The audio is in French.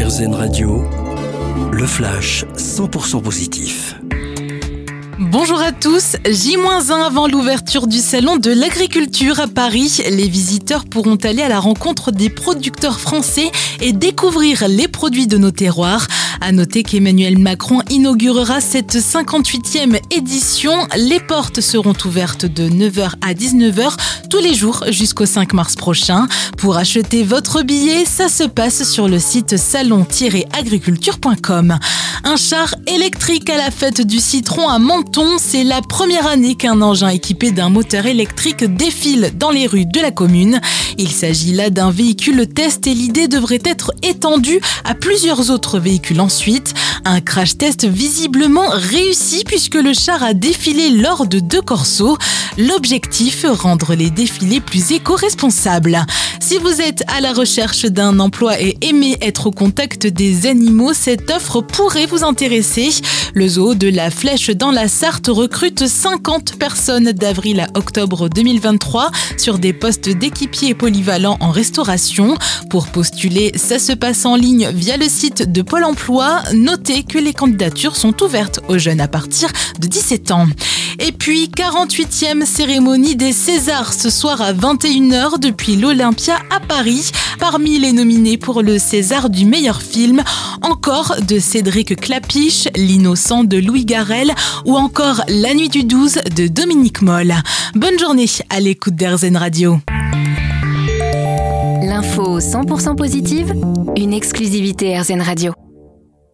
RZN Radio, le flash 100% positif. Bonjour à tous, J-1 avant l'ouverture du salon de l'agriculture à Paris. Les visiteurs pourront aller à la rencontre des producteurs français et découvrir les produits de nos terroirs. À noter qu'Emmanuel Macron inaugurera cette 58e édition. Les portes seront ouvertes de 9h à 19h tous les jours jusqu'au 5 mars prochain. Pour acheter votre billet, ça se passe sur le site salon-agriculture.com. Un char électrique à la fête du citron à Menton. C'est la première année qu'un engin équipé d'un moteur électrique défile dans les rues de la commune. Il s'agit là d'un véhicule test et l'idée devrait être étendue à plusieurs autres véhicules ensuite. Un crash test visiblement réussi puisque le char a défilé lors de 2 corsos. L'objectif, rendre les défilés plus éco-responsables. Si vous êtes à la recherche d'un emploi et aimez être au contact des animaux, cette offre pourrait vous intéresser. Le zoo de la Flèche dans la Sarthe recrute 50 personnes d'avril à octobre 2023 sur des postes d'équipiers polyvalents en restauration. Pour postuler, ça se passe en ligne via le site de Pôle emploi. Notez que les candidatures sont ouvertes aux jeunes à partir de 17 ans. Et puis, 48e cérémonie des Césars ce soir à 21h depuis l'Olympia à Paris. Parmi les nominés pour le César du meilleur film, encore de Cédric Klapisch, L'innocent de Louis Garrel ou encore La nuit du 12 de Dominique Moll. Bonne journée à l'écoute d'RZN Radio. L'info 100% positive, une exclusivité RZN Radio.